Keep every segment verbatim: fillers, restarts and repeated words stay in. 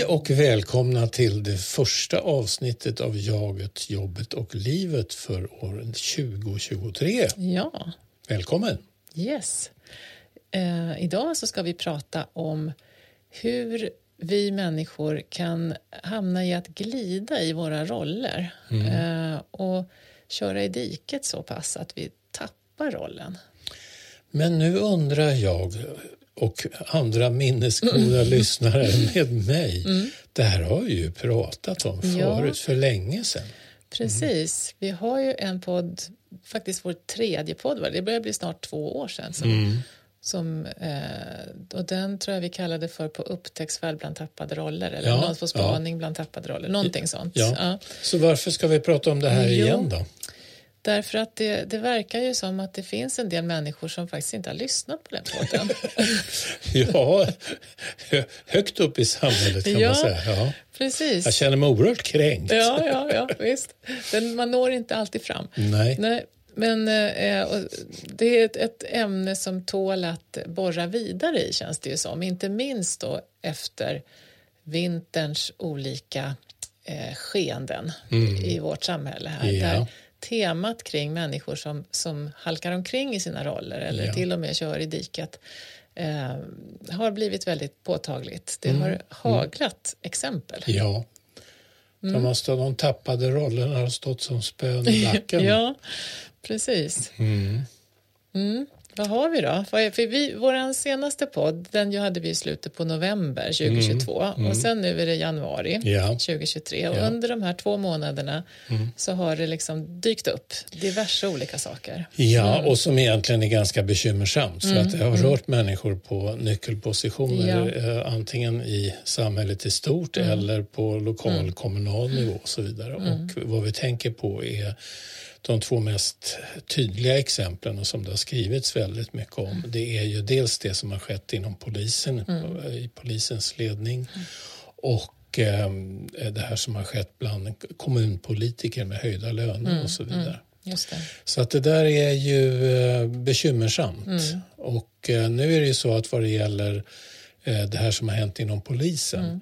och välkomna till det första avsnittet av Jaget, jobbet och livet för år tjugo tjugotre. Ja. Välkommen! Yes. Eh, idag så ska vi prata om hur vi människor kan hamna i att glida i våra roller. Mm. Eh, och köra i diket så pass att vi tappar rollen. Men nu undrar jag och andra minnesgoda mm. lyssnare med mig. Mm. Det här har vi ju pratat om förut, ja. för länge sedan. Precis. Mm. Vi har ju en podd, faktiskt vår tredje podd, det börjar bli snart två år sedan. Som, mm. som, eh, och den tror jag vi kallade för På upptäcktsfärd bland tappade roller. Eller ja, något på spaning ja. bland tappade roller. Någonting sånt. Ja. Ja. Så varför ska vi prata om det här jo. igen då? Därför att det, det verkar ju som att det finns en del människor som faktiskt inte har lyssnat på den podden. Ja, högt upp i samhället kan ja, man säga. Ja, precis. Jag känner mig oerhört kränkt. Ja, ja, ja visst. Den, man når inte alltid fram. Nej. Nej men eh, det är ett, ett ämne som tål att borra vidare i, känns det ju som. Inte minst då efter vinterns olika eh, skeenden mm. i vårt samhälle här. Ja. Där temat kring människor som, som halkar omkring i sina roller eller ja. till och med kör i diket eh, har blivit väldigt påtagligt. Det mm. har haglat mm. exempel. Ja, mm. de, måste, de tappade rollerna har stått som spön i backen. Ja, precis. Mm. Mm. Vad har vi då? För vi, vår senaste podd, den hade vi i slutet på november tjugohundratjugotvå mm. Mm. och sen nu är det januari ja. tjugohundratjugotre och ja. under de här två månaderna mm. så har det liksom dykt upp diverse olika saker. Ja, mm. och som egentligen är ganska bekymmersamt för mm. att det har rört mm. människor på nyckelpositioner ja. eh, antingen i samhället i stort mm. eller på lokal, mm. kommunal nivå och så vidare. Mm. Och vad vi tänker på är de två mest tydliga exemplen och som det har skrivits väldigt mycket om, det är ju dels det som har skett inom polisen, mm. i polisens ledning mm. och eh, det här som har skett bland kommunpolitiker med höjda löner mm. och så vidare. Mm. Just det. Så att det där är ju eh, bekymmersamt mm. och eh, nu är det ju så att vad det gäller eh, det här som har hänt inom polisen mm.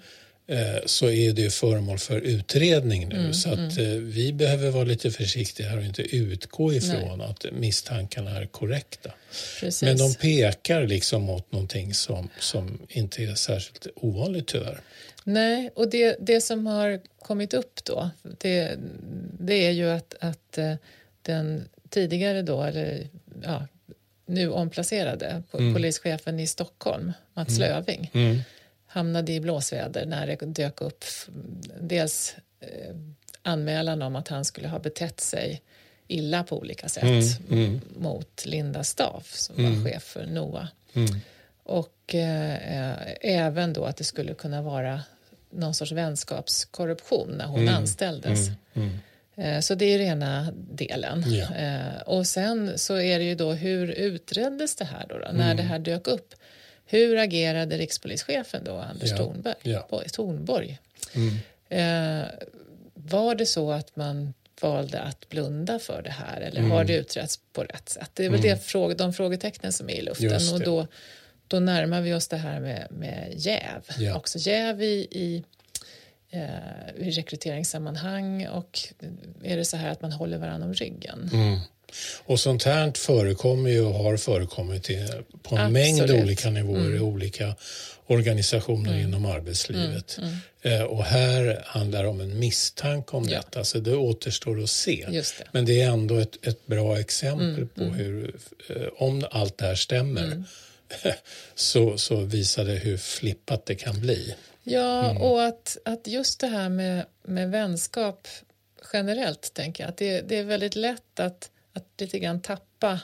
så är det föremål för utredning nu. Mm, så att mm. vi behöver vara lite försiktiga här och inte utgå ifrån Nej. att misstankarna är korrekta. Precis. Men de pekar liksom mot någonting som, som inte är särskilt ovanligt tyvärr. Nej, och det, det som har kommit upp då, det, det är ju att, att den tidigare då, eller ja, nu omplacerade mm. polischefen i Stockholm, Mats mm. Löving, mm. hamnade i blåsväder när det dök upp dels eh, anmälan om att han skulle ha betett sig illa på olika sätt mm, mm. mot Linda Staff som mm. var chef för N O A. Mm. Och eh, även då att det skulle kunna vara någon sorts vänskapskorruption när hon mm. anställdes. Mm, mm. Eh, så det är rena delen. Ja. Eh, och sen så är det ju då hur utreddes det här då, då mm. när det här dök upp. Hur agerade rikspolischefen då, Anders ja, Thornberg, ja. Thornborg? Mm. Eh, var det så att man valde att blunda för det här eller mm. har det utretts på rätt sätt? Det är väl mm. det fråga, de frågetecknen som är i luften och då, då närmar vi oss det här med, med jäv. Ja. Också jäv i, i, eh, i rekryteringssammanhang och är det så här att man håller varandra om ryggen? Mm. Och sånt här förekommer ju och har förekommit i, på en Absolut. mängd olika nivåer mm. i olika organisationer mm. inom arbetslivet. Mm. Mm. Eh, och här handlar det om en misstanke om ja. detta, så det återstår att se. Just det. Men det är ändå ett, ett bra exempel mm. på mm. hur, eh, om allt det här stämmer, mm. så, så visar det hur flippat det kan bli. Ja, mm. och att, att just det här med, med vänskap generellt, tänker jag, att det, det är väldigt lätt att att lite grann tappa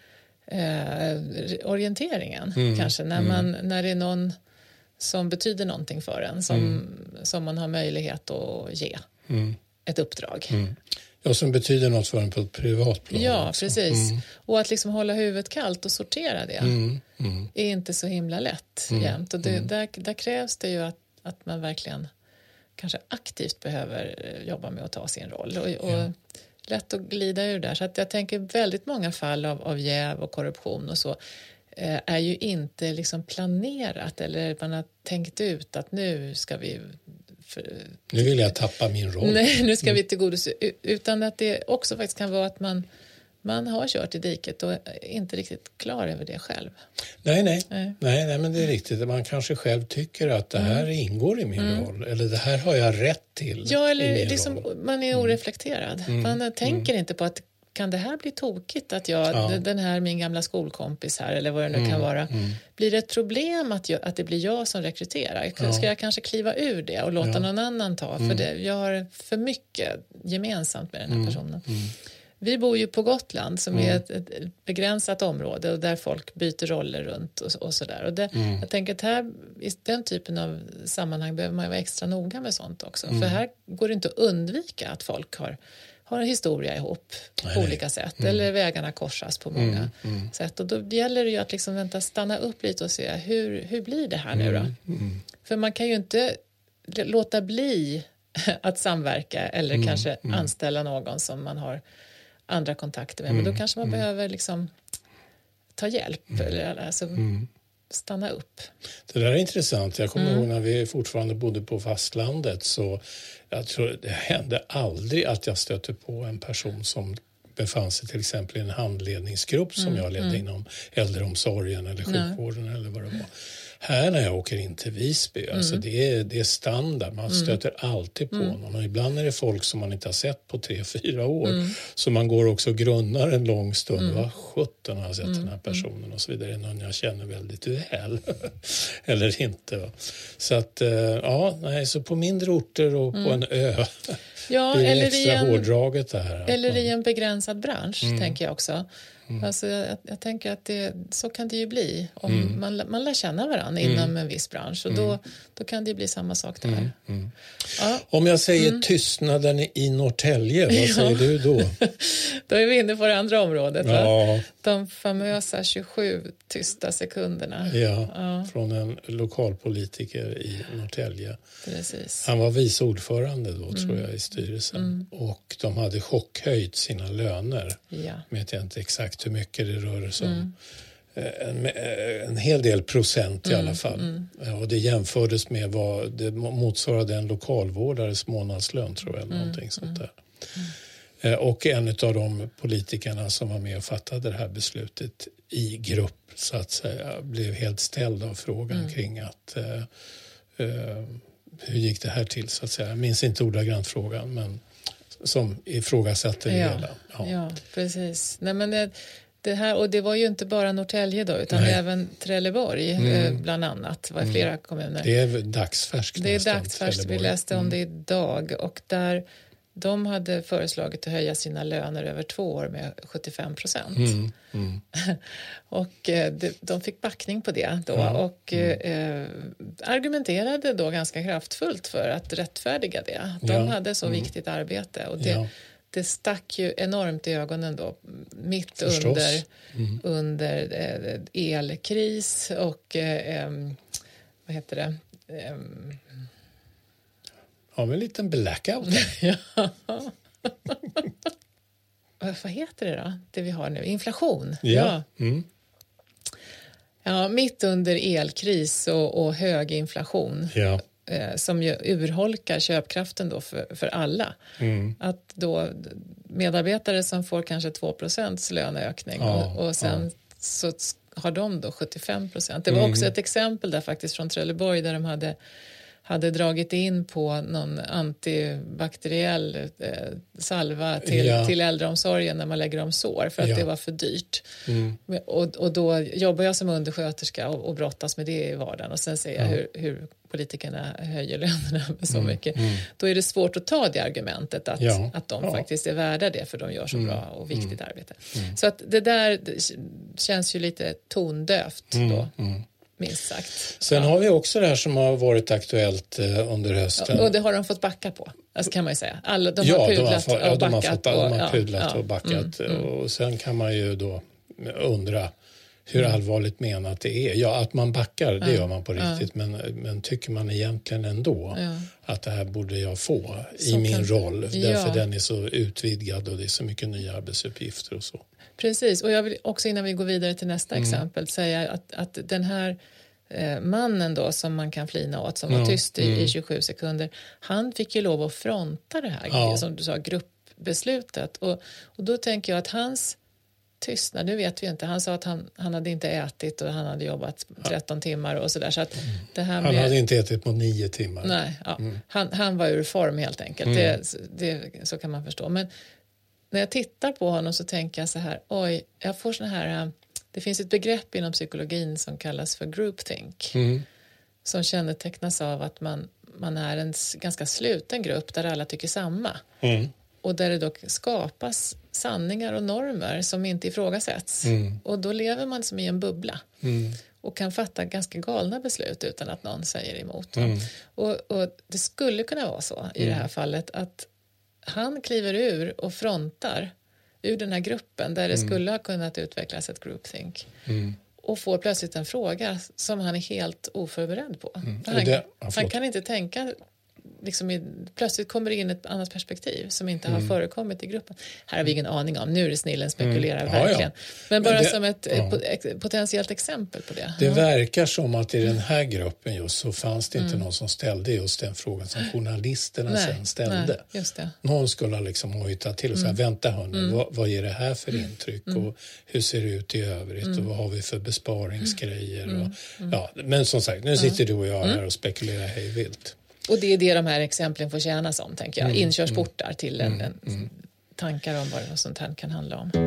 eh, orienteringen mm, kanske när, man, mm. när det är någon som betyder någonting för en som, mm. som man har möjlighet att ge mm. ett uppdrag. Mm. Ja, som betyder något för en på ett privat plan. Ja, också. precis. Mm. Och att liksom hålla huvudet kallt och sortera det mm. Mm. är inte så himla lätt mm. jämt. Och det, mm. där, där krävs det ju att, att man verkligen kanske aktivt behöver jobba med att ta sin roll. Och, och ja. lätt att glida ur där. Så att jag tänker väldigt många fall av, av jäv och korruption och så eh, är ju inte liksom planerat eller man har tänkt ut att nu ska vi för, nu vill jag tappa min roll. Nej, nu ska vi tillgodose. Utan att det också faktiskt kan vara att man, man har kört i diket och är inte riktigt klar över det själv. Nej, nej. Nej. nej, nej men det är riktigt. Man kanske själv tycker att det här mm. ingår i min mm. roll. Eller det här har jag rätt till. Ja, eller liksom, man är oreflekterad. Mm. Man tänker mm. inte på att kan det här bli tokigt att jag, ja. den här min gamla skolkompis här eller vad det nu mm, kan vara, mm. blir det ett problem att, jag, att det blir jag som rekryterar? Ja. Ska jag kanske kliva ur det och låta ja. någon annan ta? Mm. För det, jag har för mycket gemensamt med den här mm, personen. Mm. Vi bor ju på Gotland som mm. är ett, ett begränsat område och där folk byter roller runt och, och sådär. Och det, mm. jag tänker att här, i den typen av sammanhang behöver man ju vara extra noga med sånt också. Mm. För här går det inte att undvika att folk har har en historia ihop Nej. på olika sätt. Mm. Eller vägarna korsas på många mm. Mm. sätt. Och då gäller det ju att liksom vänta, stanna upp lite och se hur, hur blir det här mm. nu då? Mm. För man kan ju inte låta bli att samverka eller mm. kanske mm. anställa någon som man har andra kontakter med. Mm. Men då kanske man mm. behöver liksom ta hjälp mm. eller alltså mm. stanna upp. Det där är intressant. Jag kommer mm. ihåg när vi fortfarande bodde på fastlandet så jag tror det hände aldrig att jag stötte på en person som befann sig till exempel i en handledningsgrupp som mm. jag ledde mm. inom äldreomsorgen eller sjukvården Nej. eller vad det var. Här när jag åker in till Visby, mm. alltså det, är, det är standard. Man stöter mm. alltid på mm. någon. Och ibland är det folk som man inte har sett på tre, fyra år. Mm. Så man går också och grunnar en lång stund. Mm. Vad sjutton har jag sett mm. den här personen och så vidare. Någon jag känner väldigt väl. Eller inte. Va? Så att, ja, nej, så på mindre orter och mm. på en ö. Ja, det är eller extra i en, hårdraget det här. Eller man, i en begränsad bransch, mm. tänker jag också. Mm. Alltså, jag, jag tänker att det, så kan det ju bli om mm. man, man lär känna varandra mm. inom en viss bransch och då, mm. då kan det ju bli samma sak där. Mm. Mm. Ja. Om jag säger mm. tystnaden i Norrtälje, vad ja. säger du då? Då är vi inne på det andra området. Ja. Va? De famösa tjugosju tysta sekunderna. Ja, ja, från en lokalpolitiker i Norrtälje. Precis. Han var vice ordförande då, mm. tror jag, i styrelsen. Mm. Och de hade chockhöjt sina löner. Ja. Jag vet inte exakt hur mycket det rör sig om. Mm. En, en hel del procent i mm. alla fall. Mm. Ja, och det jämfördes med vad det motsvarade en lokalvårdares månadslön, tror jag. Eller mm. någonting sånt där. Mm. Och en av de politikerna som var med och fattade det här beslutet i grupp så att säga blev helt ställd av frågan mm. kring att uh, uh, hur gick det här till så att säga. Jag minns inte ordagrant frågan men som ifrågasatte det ja. hela. Ja. ja, precis. Nej, men det, det här, och det var ju inte bara Norrtälje då utan även Trelleborg mm. bland annat. Det var flera mm. kommuner. Det är dagsfärskt. Det är dagsfärskt. Vi läste om mm. det idag och där de hade föreslagit att höja sina löner över två år med sjuttiofem procent. Mm, mm. och eh, de, de fick backning på det då ja, och mm. eh, argumenterade då ganska kraftfullt för att rättfärdiga det. De ja, hade så mm. viktigt arbete och det, ja. det stack ju enormt i ögonen då mitt Förstås. under, mm. under eh, elkris och eh, vad heter det? Eh, Har vi en liten blackout? ja. Vad heter det då? Det vi har nu? Inflation. Ja. Ja, mm. ja mitt under elkris och, och hög inflation. Ja. Eh, som ju urholkar köpkraften då för, för alla. Mm. Att då medarbetare som får kanske två procent löneökning ja, och, och sen ja. så har de då sjuttiofem procent. Det var mm. också ett exempel där faktiskt från Trelleborg där de hade hade dragit in på någon antibakteriell eh, salva till, ja. till äldreomsorgen när man lägger om sår för att ja. det var för dyrt. Mm. Och, och då jobbar jag som undersköterska och, och brottas med det i vardagen och sen ser jag ja. hur, hur politikerna höjer lönerna med så mm. mycket. Mm. Då är det svårt att ta det argumentet att, ja. att de ja. faktiskt är värda det för de gör så mm. bra och viktigt mm. arbete. Mm. Så att det där det känns ju lite tondövt mm. då. Mm. Minst sagt. Sen ja. har vi också det här som har varit aktuellt eh, under hösten. Ja, och det har de fått backa på, alltså kan man ju säga. Alla, de ja, har pudlat de har, ja, och backat. De har, fått, och, de har pudlat ja, och backat. Mm, mm. Och sen kan man ju då undra hur allvarligt menat det är. Ja, att man backar, det ja, gör man på riktigt. Ja. Men, men tycker man egentligen ändå ja. att det här borde jag få så i min kan, roll. Ja. Därför den är så utvidgad och det är så mycket nya arbetsuppgifter och så. Precis, och jag vill också innan vi går vidare till nästa mm. exempel säga att, att den här eh, mannen då som man kan flina åt, som var ja, tyst i, mm. i tjugosju sekunder, han fick ju lov att fronta det här, ja. som du sa, gruppbeslutet. Och, och då tänker jag att hans tystnad, nu vet vi inte, han sa att han, han hade inte ätit och han hade jobbat tretton timmar och sådär. Så att det här med, han hade inte ätit på nio timmar. Nej, ja. mm. han, han var ur form helt enkelt, mm. det, det, så kan man förstå. Men när jag tittar på honom så tänker jag så här, oj, jag får såna här, det finns ett begrepp inom psykologin som kallas för groupthink. Mm. Som kännetecknas av att man, man är en ganska sluten grupp där alla tycker samma. Mm. Och där det dock skapas sanningar och normer som inte ifrågasätts. Mm. Och då lever man som i en bubbla. Mm. Och kan fatta ganska galna beslut utan att någon säger emot. Mm. Och, och det skulle kunna vara så i mm. det här fallet att han kliver ur och frontar ur den här gruppen där det mm. skulle ha kunnat utvecklas ett groupthink. Mm. Och får plötsligt en fråga som han är helt oförberedd på. Mm. Han, det, han kan inte tänka... Liksom i, plötsligt kommer det in ett annat perspektiv som inte mm. har förekommit i gruppen. Här har vi ingen aning om. Nu är det snillen spekulerar mm. ja, verkligen. Ja. Men bara Men det, som ett ja. potentiellt exempel på det. Det ja. verkar som att i den här gruppen just så fanns det inte mm. någon som ställde just den frågan som journalisterna nej, sen ställde. Nej, just det. Någon skulle liksom hojta till och säga, mm. vänta hörni, mm. vad, vad ger det här för intryck mm. och hur ser det ut i övrigt mm. och vad har vi för besparingsgrejer. Mm. Och, ja, men som sagt, nu sitter du och jag här och spekulerar hej vilt. Och det är det de här exemplen får tjäna som, tänker jag. Mm, inkörsportar till en, en mm, tankar om vad något sånt här kan handla om.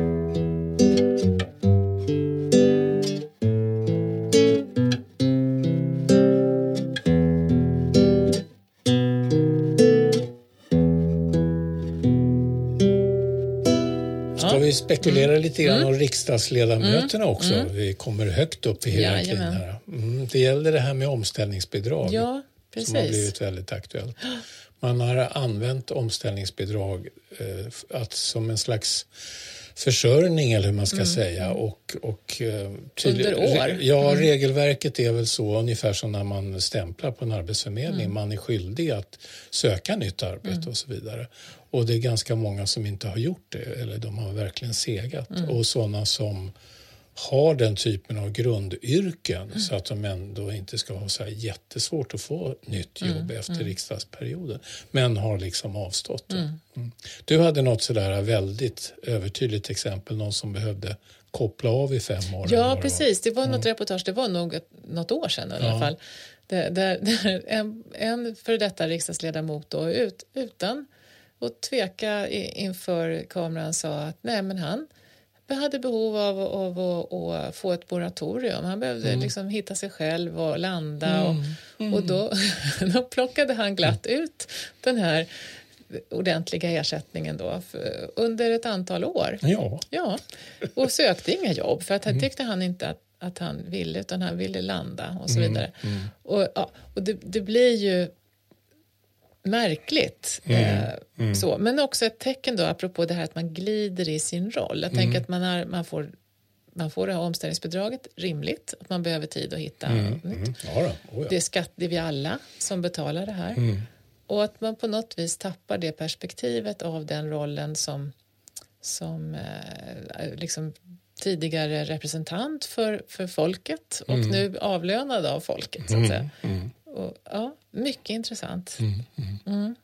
Ska vi spekulera mm. lite grann mm. om riksdagsledamöterna mm. också? Mm. Vi kommer högt upp i hierarkin här. Mm. Det gäller det här med omställningsbidrag. Ja. Precis. Som har blivit väldigt aktuellt. Man har använt omställningsbidrag eh, att som en slags försörjning eller hur man ska mm. säga. Och, och, Under år? Ja, mm. regelverket är väl så ungefär som när man stämplar på en arbetsförmedling. Mm. Man är skyldig att söka nytt arbete mm. och så vidare. Och det är ganska många som inte har gjort det eller de har verkligen segat. Mm. Och sådana som har den typen av grundyrken mm. så att de ändå inte ska ha så här jättesvårt att få nytt jobb mm. efter mm. riksdagsperioden. Men har liksom avstått. Mm. Mm. Du hade något sådär väldigt övertydligt exempel. Någon som behövde koppla av i fem år. Ja, precis. Det var mm. något reportage. Det var nog ett, något år sedan i ja. alla fall. Där, där, där en, en för detta riksdagsledamot då ut, utan att tveka inför kameran sa att nej men han hade behov av, av, av att få ett moratorium. Han behövde mm. liksom hitta sig själv och landa. Och, mm. Mm. och då, då plockade han glatt ut den här ordentliga ersättningen då för, under ett antal år. Ja. Ja. Och sökte inga jobb för att han tyckte han inte att, att han ville utan han ville landa och så vidare. Mm. Mm. Och, ja, och det, det blir ju märkligt. Mm. Eh, mm. Så. Men också ett tecken då apropå det här att man glider i sin roll. Jag mm. tänker att man, är, man, får, man får det här omställningsbidraget rimligt. Att man behöver tid att hitta mm. något nytt. Mm. Ja då. Oh ja. Det är skatt, det är vi alla som betalar det här. Mm. Och att man på något vis tappar det perspektivet av den rollen som, som eh, liksom tidigare representant för, för folket och mm. nu avlönad av folket så att säga. Mm. Mm. Och, ja, mycket intressant. Mm, mm. Mm.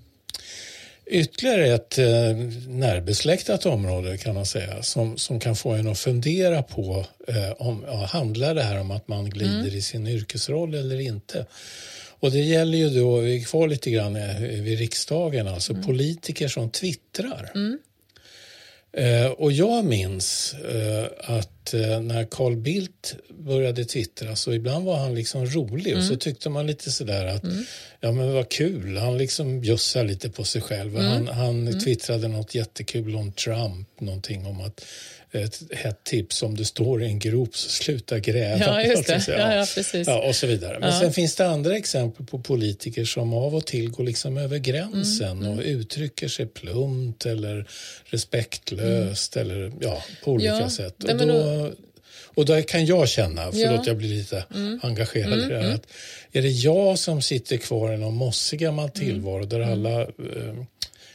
Ytterligare ett eh, närbesläktat område kan man säga som, som kan få en att fundera på eh, om ja, handlar det här om att man glider mm. i sin yrkesroll eller inte. Och det gäller ju då, vi är kvar lite grann vid riksdagen, alltså mm. politiker som twittrar. Mm. Eh, och jag minns eh, att eh, när Carl Bildt började twittra så ibland var han liksom rolig mm. och så tyckte man lite sådär att mm. ja men vad kul, han liksom bjussar lite på sig själv. Mm. Han, han mm. twittrade något jättekul om Trump, någonting om att ett, ett tips om det står i en grop så sluta gräva. Ja, just det. Ja, ja, ja, precis. Ja, och så vidare. Men ja. sen finns det andra exempel på politiker som av och till går liksom över gränsen mm, mm. och uttrycker sig plumpt eller respektlöst mm. eller ja, på olika ja, sätt. Och då, då, och då kan jag känna, förlåt ja. jag blir lite mm. engagerad mm, i det här, mm. att är det jag som sitter kvar i någon mossig gammal tillvaro mm. där alla... Eh,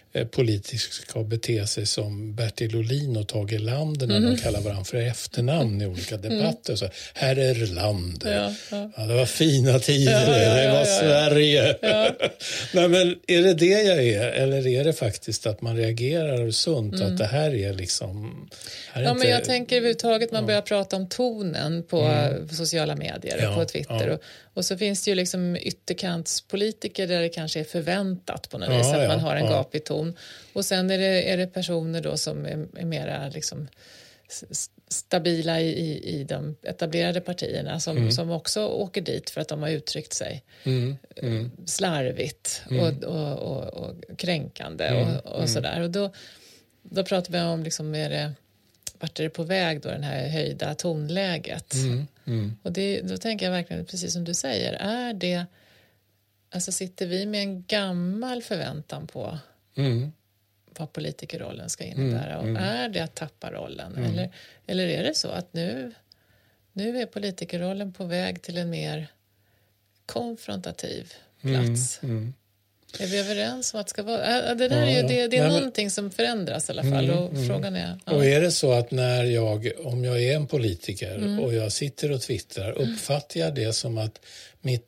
eh, politiskt ska bete sig som Bertil Ohlin och Tage Erlander när Mm. de kallar varandra för efternamn i olika debatter. Så, här är Erlander. Ja, ja. Ja, det var fina tider, Ja, ja, ja, det var ja, ja. Sverige. Ja. Nej, men är det det jag är? Eller är det faktiskt att man reagerar sunt? Mm. Att det här är liksom... Här är Ja, inte... men jag tänker överhuvudtaget man Ja. börjar prata om tonen på Mm. sociala medier och Ja, på Twitter. ja. Och, och så finns det ju liksom ytterkantspolitiker där det kanske är förväntat på något Ja, vis att ja, man har en ja. gapig ton. Och sen är det, är det personer då som är, är mera liksom s- stabila i, i, i de etablerade partierna som, Mm. som också åker dit för att de har uttryckt sig Mm. Mm. slarvigt Mm. och, och, och, och kränkande Mm. och, och Mm. sådär. Och då, då pratar vi om liksom är det, vart är det på väg då, den här höjda tonläget. Mm. Mm. Och det, då tänker jag verkligen, precis som du säger, är det, alltså sitter vi med en gammal förväntan på Mm. vad politikerrollen ska innebära? Mm, mm. Och är det att tappa rollen? Mm. Eller, eller är det så att nu, nu är politikerrollen på väg till en mer konfrontativ plats? Mm. Mm. Är vi överens om att det ska vara... Äh, det där är ju, Ja, det, det är nej, men- någonting som förändras i alla fall. Mm, och mm. frågan är... Ja. Och är det så att när jag, om jag är en politiker Mm. och jag sitter och twittrar, uppfattar jag det som att mitt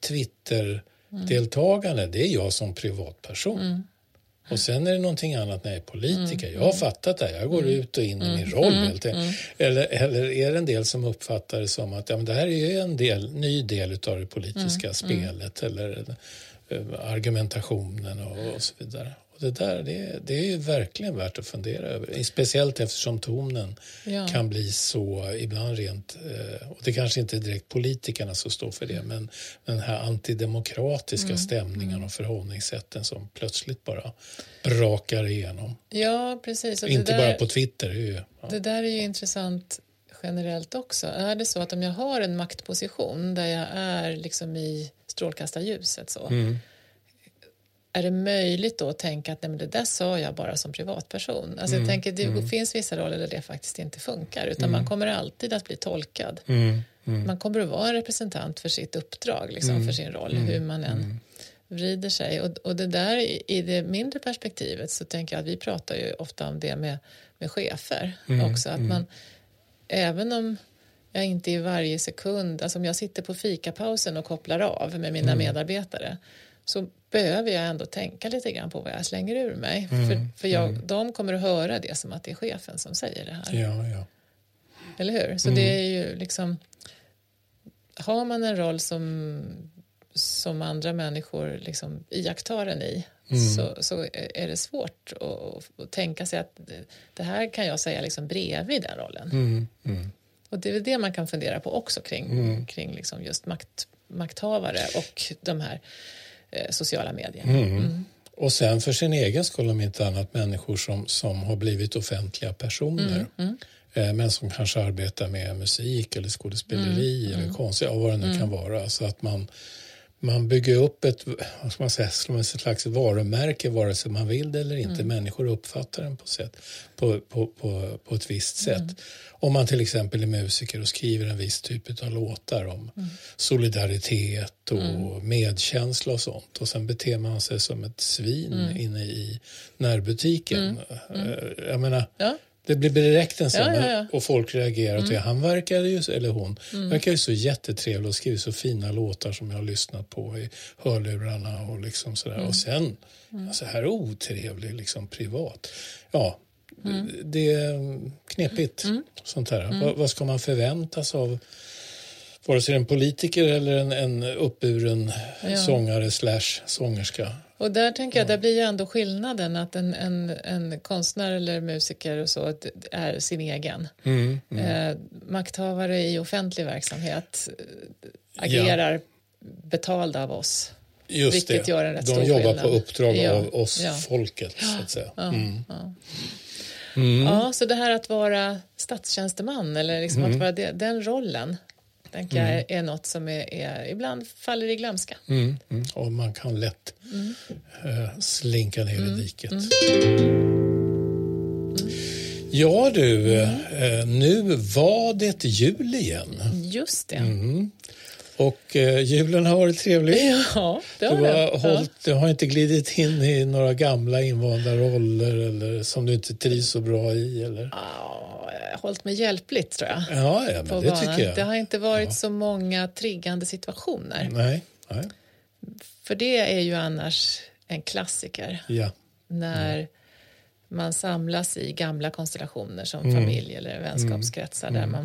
Twitter-deltagande, det är jag som privatperson. Mm. Och sen är det någonting annat när jag är politiker. Mm. Jag har fattat det, jag går ut och in i min roll. Helt enkelt. Mm. Eller, eller är det en del som uppfattar det som att ja, men det här är ju en del, ny del av det politiska Mm. spelet eller eh, argumentationen och, och så vidare. Och det där, det, det är ju verkligen värt att fundera över. Speciellt eftersom tonen Ja. kan bli så ibland rent, eh, och det kanske inte är direkt politikerna som står för det, men den här antidemokratiska Mm. stämningen och förhållningssätten som plötsligt bara brakar igenom. Ja, precis. Och Inte det där, bara på Twitter. Det är ju, ja. det där är ju intressant generellt också. Är det så att om jag har en maktposition där jag är liksom i strålkastarljuset så, Mm. är det möjligt då att tänka att nej, men det där sa jag bara som privatperson? Alltså Mm, jag tänker det mm. finns vissa roller där det faktiskt inte funkar utan Mm. man kommer alltid att bli tolkad. Mm. Mm. Man kommer att vara en representant för sitt uppdrag, liksom, Mm. för sin roll, Mm. hur man än Mm. vrider sig. Och, och det där i, i det mindre perspektivet så tänker jag att vi pratar ju ofta om det med, med chefer Mm. också. Att Mm. man, även om jag inte i varje sekund, alltså om jag sitter på fikapausen och kopplar av med mina Mm. medarbetare så behöver jag ändå tänka lite grann på vad jag slänger ur mig. Mm. För, för jag, Mm. de kommer att höra det som att det är chefen som säger det här. Ja, ja. Eller hur? Så Mm. det är ju liksom... Har man en roll som, som andra människor liksom iakttar en i Mm. så, så är det svårt att, att tänka sig att det, det här kan jag säga liksom bredvid den rollen. Mm. Mm. Och det är väl det man kan fundera på också kring, Mm. kring liksom just makt, makthavare och de här eh, sociala medierna. Mm. Mm. Och sen för sin egen skull om inte annat människor som, som har blivit offentliga personer. Mm. Mm. Eh, men som kanske arbetar med musik eller skådespeleri Mm, eller mm. konst, ja, vad det nu kan vara. Så att man, man bygger upp ett, vad ska man säga, som ett slags varumärke vare sig man vill det eller inte. Mm. Människor uppfattar den på, sätt, på, på, på, på ett visst sätt. Mm. Om man till exempel är musiker och skriver en viss typ av låtar om Mm. solidaritet och Mm. medkänsla och sånt. Och sen beter man sig som ett svin Mm. inne i närbutiken. Mm. Mm. Eh, Jag menar, Ja. det blir direkt en sån Ja, ja, ja. och folk reagerar Mm. till han verkar ju, eller hon Mm. verkar ju så jättetrevlig och skriver så fina låtar som jag har lyssnat på i hörlurarna och liksom sådär. Mm. Och sen Mm. så här otrevlig liksom privat. Ja, Mm. det är knepigt Mm. sånt här. Mm. Vad, vad ska man förväntas av vare sig en politiker eller en, en uppburen Ja. sångare slash sångerska? Och där tänker jag, där blir ju ändå skillnaden att en, en, en konstnär eller musiker och så att det är sin egen. Mm, mm. Eh, makthavare i offentlig verksamhet eh, agerar betalda av oss. Just vilket det. gör en rätt De stor jobbar skillnad. på uppdrag Ja, av oss, ja. folket, så att säga. Ja, Mm. ja. Mm. Ja, så det här att vara statstjänsteman eller liksom Mm. att vara det, den rollen tänker jag Mm. är, är något som är, är, ibland faller i glömska. Mm. Mm. Och man kan lätt Mm. eh, slinka ner Mm. i diket. Mm. Ja du, eh, nu var det jul igen. Just det. Mm. Och eh, julen har varit trevlig. Ja, det har du har, det. hållit, du har inte glidit in i några gamla invanda roller eller som du inte trivs så bra i? Eller? Ja, jag har hållit mig hjälpligt, tror jag. Ja, ja men det banan. tycker jag. Det har inte varit ja. så många triggande situationer. Nej, nej. För det är ju annars en klassiker. Ja. När mm. man samlas i gamla konstellationer som mm. familj eller vänskapskretsar mm. där man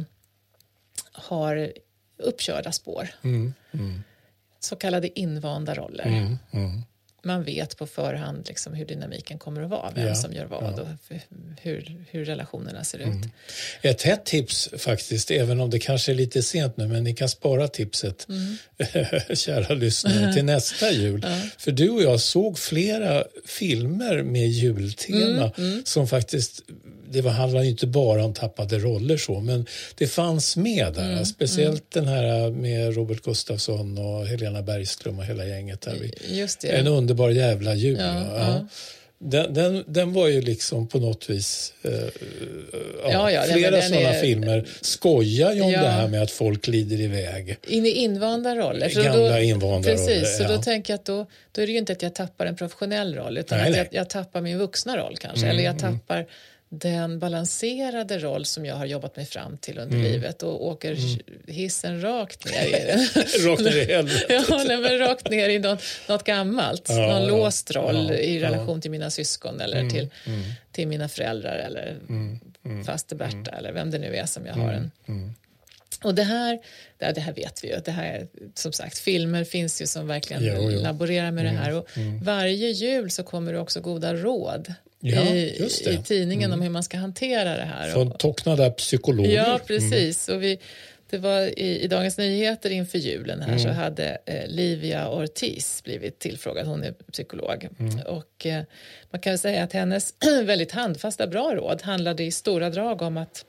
har uppkörda spår. Mm. Mm. Så kallade invanda roller. Mm. Mm. Man vet på förhand liksom hur dynamiken kommer att vara, vem ja. som gör vad ja. och hur, hur relationerna ser mm. ut. Ett hett tips faktiskt, även om det kanske är lite sent nu, men ni kan spara tipset, mm. kära lyssnare, till nästa jul. Ja. För du och jag såg flera filmer med jultema mm. Mm. som faktiskt, det var, handlar ju inte bara om tappade roller så, men det fanns med där. Mm. Speciellt mm. den här med Robert Gustafsson och Helena Bergström och hela gänget där. Just det. En underbar jävla jul. Ja, ja. Ja. Den, den, den var ju liksom på något vis eh, ja, ja, ja, flera sådana är, filmer skojar ju om ja. det här med att folk glider iväg. In i invanda roller. Så Gamla då, invanda precis, roller. så ja. då tänker jag att då, då är det ju inte att jag tappar en professionell roll utan nej, att nej. jag, jag tappar min vuxna roll kanske. Mm, eller jag tappar mm. den balanserade roll som jag har jobbat mig fram till under mm. livet och åker mm. hissen rakt ner i den. rakt ner i helvetet. Ja, nej, men rakt ner i något, något gammalt. Ja, någon ja, låst roll ja, i relation ja. till mina syskon eller mm, till, mm. till mina föräldrar eller mm, mm, faster Berta mm. eller vem det nu är som jag mm, har en. Mm. Och det här, det här vet vi ju. Det här, som sagt, filmer finns ju som verkligen jo, jo. laborerar med mm, det här. Och mm. varje jul så kommer det också goda råd ja, i, i tidningen mm. om hur man ska hantera det här. Från tocknade psykologer. Ja, precis. Mm. Och vi, det var i, i Dagens Nyheter inför julen här mm. så hade eh, Livia Ortiz blivit tillfrågad. Hon är psykolog. Mm. Och eh, man kan säga att hennes väldigt handfasta bra råd handlade i stora drag om att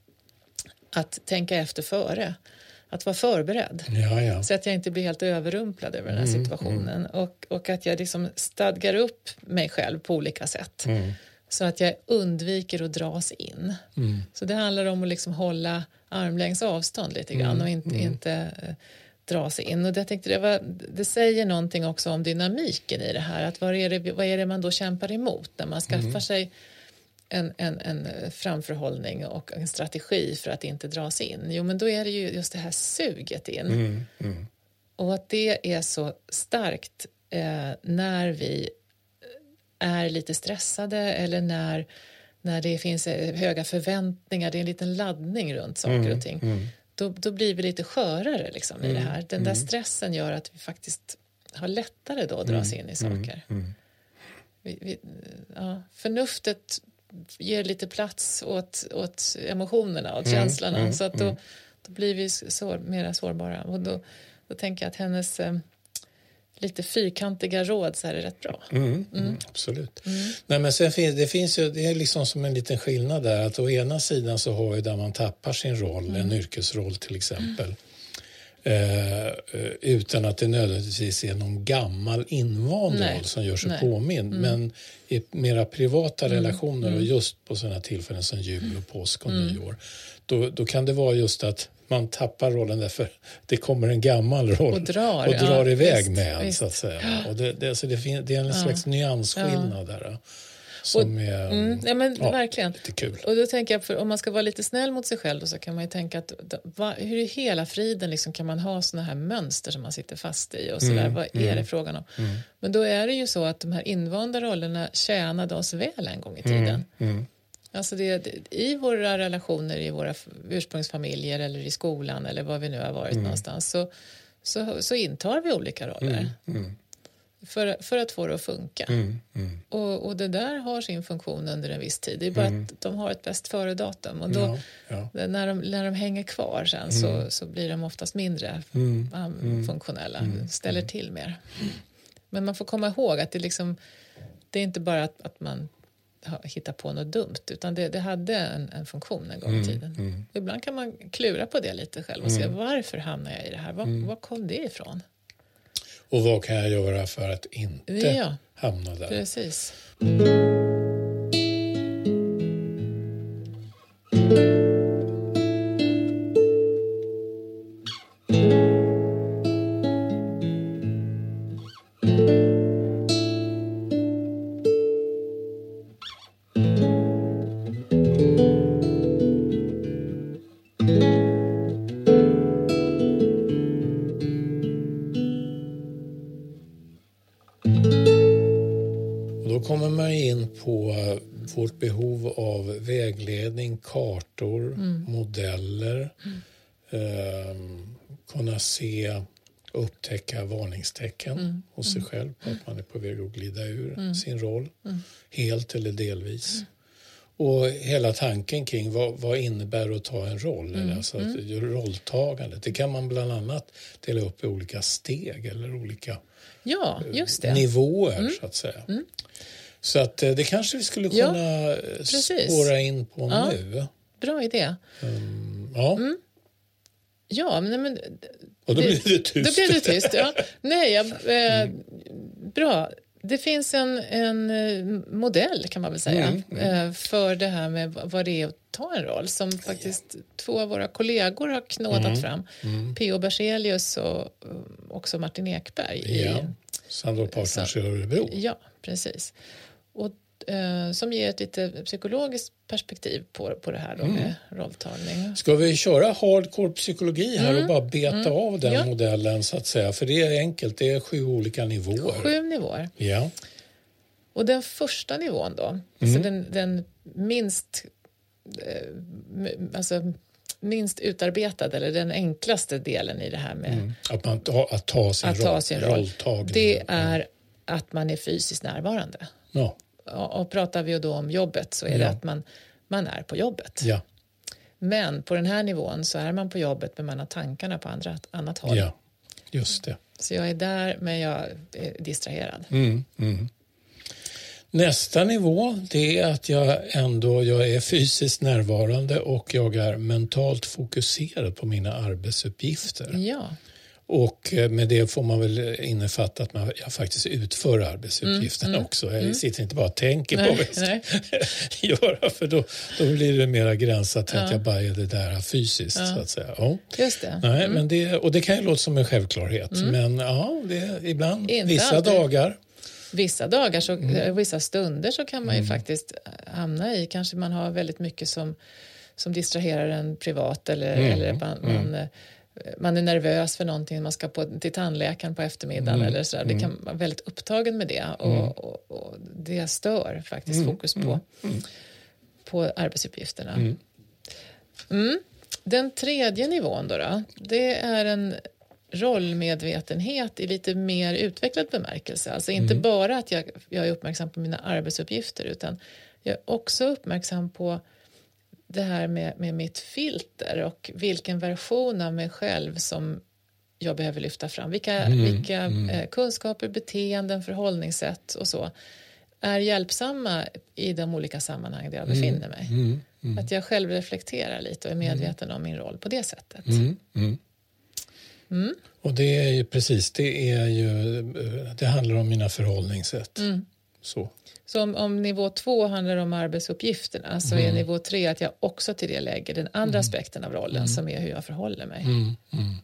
att tänka efter före. Att vara förberedd. Ja, ja. Så att jag inte blir helt överrumplad över den här mm, situationen. Mm. Och, och att jag liksom stadgar upp mig själv på olika sätt. Mm. Så att jag undviker att dras in. Mm. Så det handlar om att liksom hålla armlängds avstånd lite grann. Mm. Och inte, Mm. inte uh, dra sig in. Och jag tänkte det, var, det säger någonting också om dynamiken i det här. Att vad är det, vad är det man då kämpar emot när man skaffar mm. sig En, en, en framförhållning och en strategi för att inte dras in. Jo, men då är det ju just det här suget in. Mm, mm. Och att det är så starkt eh, när vi är lite stressade eller när, när det finns höga förväntningar. Det är en liten laddning runt saker mm, och ting. Mm. Då, då blir vi lite skörare liksom, mm, i det här. Den där stressen gör att vi faktiskt har lättare då att dras in i saker. Mm, mm. Vi, vi, ja, förnuftet ger lite plats åt, åt emotionerna, åt mm, känslorna. Mm, så att då, då blir vi sår, mera sårbara. Och då, då tänker jag att hennes eh, lite fyrkantiga råd så här är rätt bra. Mm, mm, absolut. Mm. Nej, men sen finns, det finns ju, det är liksom som en liten skillnad där. Att å ena sidan så har ju där man tappar sin roll, mm. en yrkesroll till exempel. Mm. Eh, utan att det nödvändigtvis är någon gammal invand roll som gör sig Nej. påmind. Mm. Men i mera privata mm. relationer mm. och just på sådana tillfällen som jul och påsk och mm. nyår. Då, då kan det vara just att man tappar rollen därför det kommer en gammal roll och drar, och drar ja, iväg visst, med en, visst. så att säga. Och det, det, alltså det, fin- det är en ja. slags nyansskillnad ja. där. Som och, är mm, ja, men, ja, verkligen. lite kul. Och då tänker jag, för om man ska vara lite snäll mot sig själv då, så kan man ju tänka att va, hur i hela friden liksom kan man ha såna här mönster som man sitter fast i och sådär, mm, vad är mm, det frågan om? Mm. Men då är det ju så att de här invanda rollerna tjänade oss väl en gång i tiden. Mm, mm. Alltså det, det, i våra relationer, i våra ursprungsfamiljer eller i skolan eller var vi nu har varit mm. någonstans så, så, så intar vi olika roller. Mm, mm. För, för att få det att funka. Mm, mm. Och, och det där har sin funktion under en viss tid. Det är bara mm. att de har ett bäst före-datum. Och då, ja, ja. När, de, när de hänger kvar sen mm. så, så blir de oftast mindre mm. um, funktionella. Mm. Ställer till mer. Men man får komma ihåg att det, liksom, det är inte bara att, att man hittar på något dumt. Utan det, det hade en, en funktion en gång i tiden. Mm. Mm. Ibland kan man klura på det lite själv. Och se mm. varför hamnar jag i det här? Var, mm. var kom det ifrån? Och vad kan jag göra för att inte ja, hamna där? Precis. då kommer man in på vårt behov av vägledning, kartor, mm. modeller. Mm. Eh, kunna se, upptäcka varningstecken mm. hos sig mm. själv på att man är på väg att glida ur mm. sin roll. Mm. Helt eller delvis. Mm. Och hela tanken kring vad, vad innebär att ta en roll, mm. alltså att, mm. rolltagandet. Det kan man bland annat dela upp i olika steg eller olika ja, just det. nivåer mm. så att säga. Mm. Så att det kanske vi skulle kunna ja, spåra in på ja, nu. Bra idé. Um, ja. Mm. Ja, men, men och då det, blir det tyst. Då blir det tyst, ja. Nej, jag, eh, mm. bra. Det finns en, en modell kan man väl säga mm, mm. för det här med vad det är att ta en roll som faktiskt ja. två av våra kollegor har knådat mm, fram. Mm. P O Berzelius och också Martin Ekberg. Ja, Sandro Partners i Örebro. Ja, precis. Och eh, som ger ett lite psykologiskt perspektiv på, på det här då mm. med rolltagning. Ska vi köra hardcore psykologi här mm. och bara beta mm. av den ja. modellen så att säga? För det är enkelt, det är sju olika nivåer. Sju nivåer. Ja. Och den första nivån då, mm. så den, den minst eh, alltså minst utarbetad eller den enklaste delen i det här med mm. att, man ta, att ta sin, att roll, ta sin roll. rolltagning. Det är mm. att man är fysiskt närvarande. Ja. Och pratar vi då om jobbet så är det ja. att man, man är på jobbet. Ja. Men på den här nivån så är man på jobbet men man har tankarna på andra, annat håll. Ja, just det. Så jag är där men jag är distraherad. Mm, mm. Nästa nivå det är att jag ändå jag är fysiskt närvarande och jag är mentalt fokuserad på mina arbetsuppgifter. Ja. Och med det får man väl innefatta att man, jag faktiskt utför arbetsuppgifterna mm, också. Jag mm. sitter inte bara och tänker nej, på vad jag ska göra för då, då blir det mera gränsat till ja. att jag bara är det där fysiskt ja. så att säga. Ja. Just det. Nej, mm. men det. Och det kan ju låta som en självklarhet mm. men ja, det är ibland, inte vissa alltid. dagar. Vissa dagar, så, mm. vissa stunder så kan man ju mm. faktiskt hamna i, kanske man har väldigt mycket som, som distraherar en privat eller, mm. eller man, mm. man man är nervös för någonting, man ska på, till tandläkaren på eftermiddagen mm. eller sådär. Det kan vara väldigt upptagen med det och, mm. och, och det stör faktiskt mm. fokus på, mm. på arbetsuppgifterna. Mm. Mm. Den tredje nivån då, då, det är en rollmedvetenhet i lite mer utvecklad bemärkelse. Alltså inte mm. bara att jag, jag är uppmärksam på mina arbetsuppgifter utan jag är också uppmärksam på det här med, med mitt filter och vilken version av mig själv som jag behöver lyfta fram. Vilka, mm, vilka mm. Eh, kunskaper, beteenden, förhållningssätt och så är hjälpsamma i de olika sammanhang där jag mm, befinner mig. Mm, mm. Att jag själv reflekterar lite och är medveten mm. om min roll på det sättet. Mm, mm. Mm. Och det är ju precis, det är ju, det handlar om mina förhållningssätt. Mm. Så. Så om, om nivå två handlar om arbetsuppgifterna så mm. är nivå tre att jag också till det lägger den andra mm. aspekten av rollen mm. som är hur jag förhåller mig. Mm. Mm.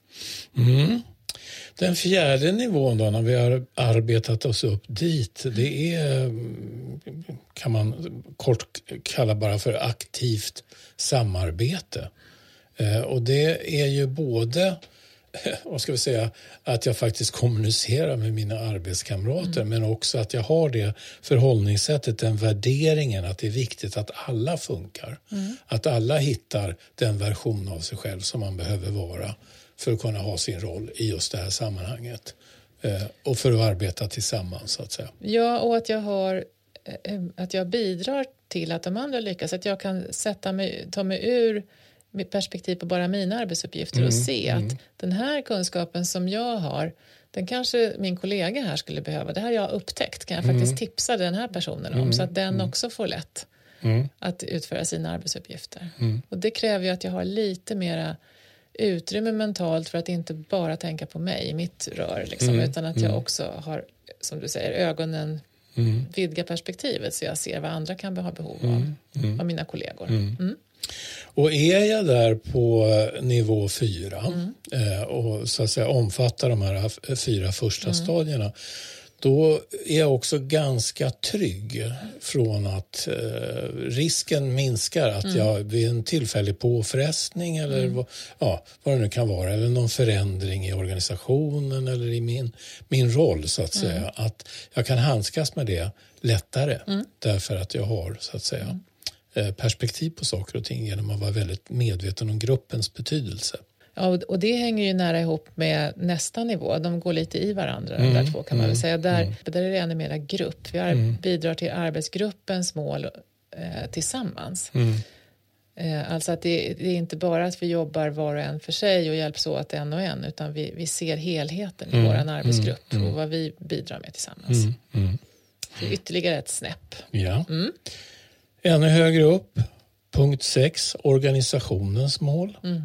Mm. Den fjärde nivån då, när vi har arbetat oss upp dit, det är, kan man kort kalla bara för aktivt samarbete. Eh, och det är ju både vad ska vi säga, att jag faktiskt kommunicerar med mina arbetskamrater mm. men också att jag har det förhållningssättet, den värderingen att det är viktigt att alla funkar. Mm. Att alla hittar den version av sig själv som man behöver vara för att kunna ha sin roll i just det här sammanhanget. Eh, och för att arbeta tillsammans så att säga. Ja, och att jag har att jag bidrar till att de andra lyckas. Att jag kan sätta mig, ta mig ur mitt perspektiv på bara mina arbetsuppgifter mm, och se mm. att den här kunskapen som jag har, den kanske min kollega här skulle behöva. Det här jag har upptäckt kan jag mm. faktiskt tipsa den här personen om mm, så att den mm. också får lätt mm. att utföra sina arbetsuppgifter. Mm. Och det kräver ju att jag har lite mera utrymme mentalt för att inte bara tänka på mig, mitt rör liksom, mm, utan att jag mm. också har, som du säger, ögonen mm. vidga perspektivet så jag ser vad andra kan ha behov av, mm, mm. av mina kollegor. Mm. Mm. Och är jag där på nivå fyra mm. eh, och så att säga omfattar de här fyra första mm. stadierna, då är jag också ganska trygg från att eh, risken minskar att mm. jag vid en tillfällig påfrestning eller mm. vad, ja, vad det nu kan vara, eller någon förändring i organisationen eller i min, min roll så att säga, mm. att jag kan handskas med det lättare mm. därför att jag har så att säga mm. perspektiv på saker och ting genom att vara väldigt medveten om gruppens betydelse. Ja, och det hänger ju nära ihop med nästa nivå. De går lite i varandra, mm, de där två kan man mm, väl säga. Där, mm. där är det ännu mera grupp. Vi ar- mm. bidrar till arbetsgruppens mål eh, tillsammans. Mm. Eh, alltså att det, det är inte bara att vi jobbar var och en för sig och hjälps åt en och en, utan vi, vi ser helheten i mm. vår arbetsgrupp mm. och vad vi bidrar med tillsammans. Mm. Mm. Det är ytterligare ett snäpp. Ja. Mm. Ännu högre upp, punkt sex, organisationens mål. Mm.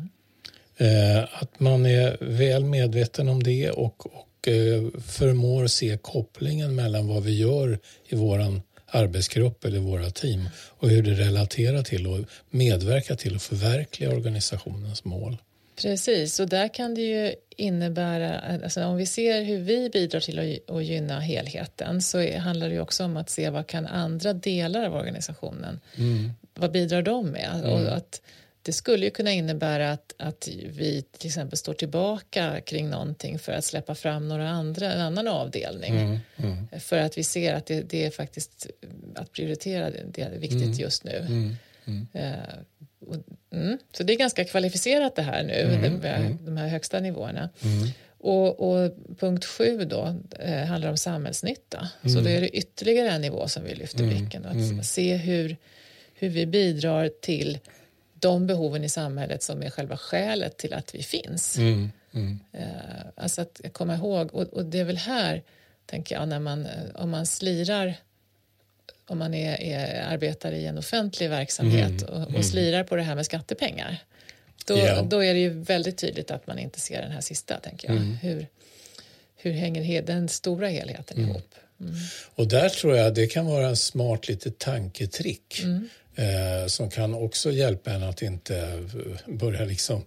Eh, att man är väl medveten om det och, och eh, förmår se kopplingen mellan vad vi gör i våran arbetsgrupp eller våra team och hur det relaterar till och medverkar till att förverkliga organisationens mål. Precis, och där kan det ju innebära, alltså om vi ser hur vi bidrar till att, att gynna helheten, så är, handlar det ju också om att se vad kan andra delar av organisationen, mm. vad bidrar de med? Mm. Och att det skulle ju kunna innebära att, att vi till exempel står tillbaka kring någonting för att släppa fram några andra, en annan avdelning. Mm, mm. För att vi ser att det, det är faktiskt att prioritera, det, det är viktigt mm, just nu. Mm, mm. Uh, och, mm, så det är ganska kvalificerat det här nu, mm, de, mm. de här högsta nivåerna. Mm. Och, och punkt sju då eh, handlar om samhällsnytta. Mm. Så då är det ytterligare en nivå som vi lyfter mm, blicken. Att mm. se hur, hur vi bidrar till de behoven i samhället som är själva skälet till att vi finns. Mm, mm. Uh, alltså att komma ihåg, och, och det är väl här, tänker jag, när man, om man slirar, om man är, är arbetar i en offentlig verksamhet mm, och, och slirar på det här med skattepengar, då, yeah. då är det ju väldigt tydligt att man inte ser den här sista, tänker jag. Mm. Hur, hur hänger he- den stora helheten mm. ihop? Mm. Och där tror jag det kan vara en smart litet tanketrick. Mm. Eh, som kan också hjälpa en att inte börja liksom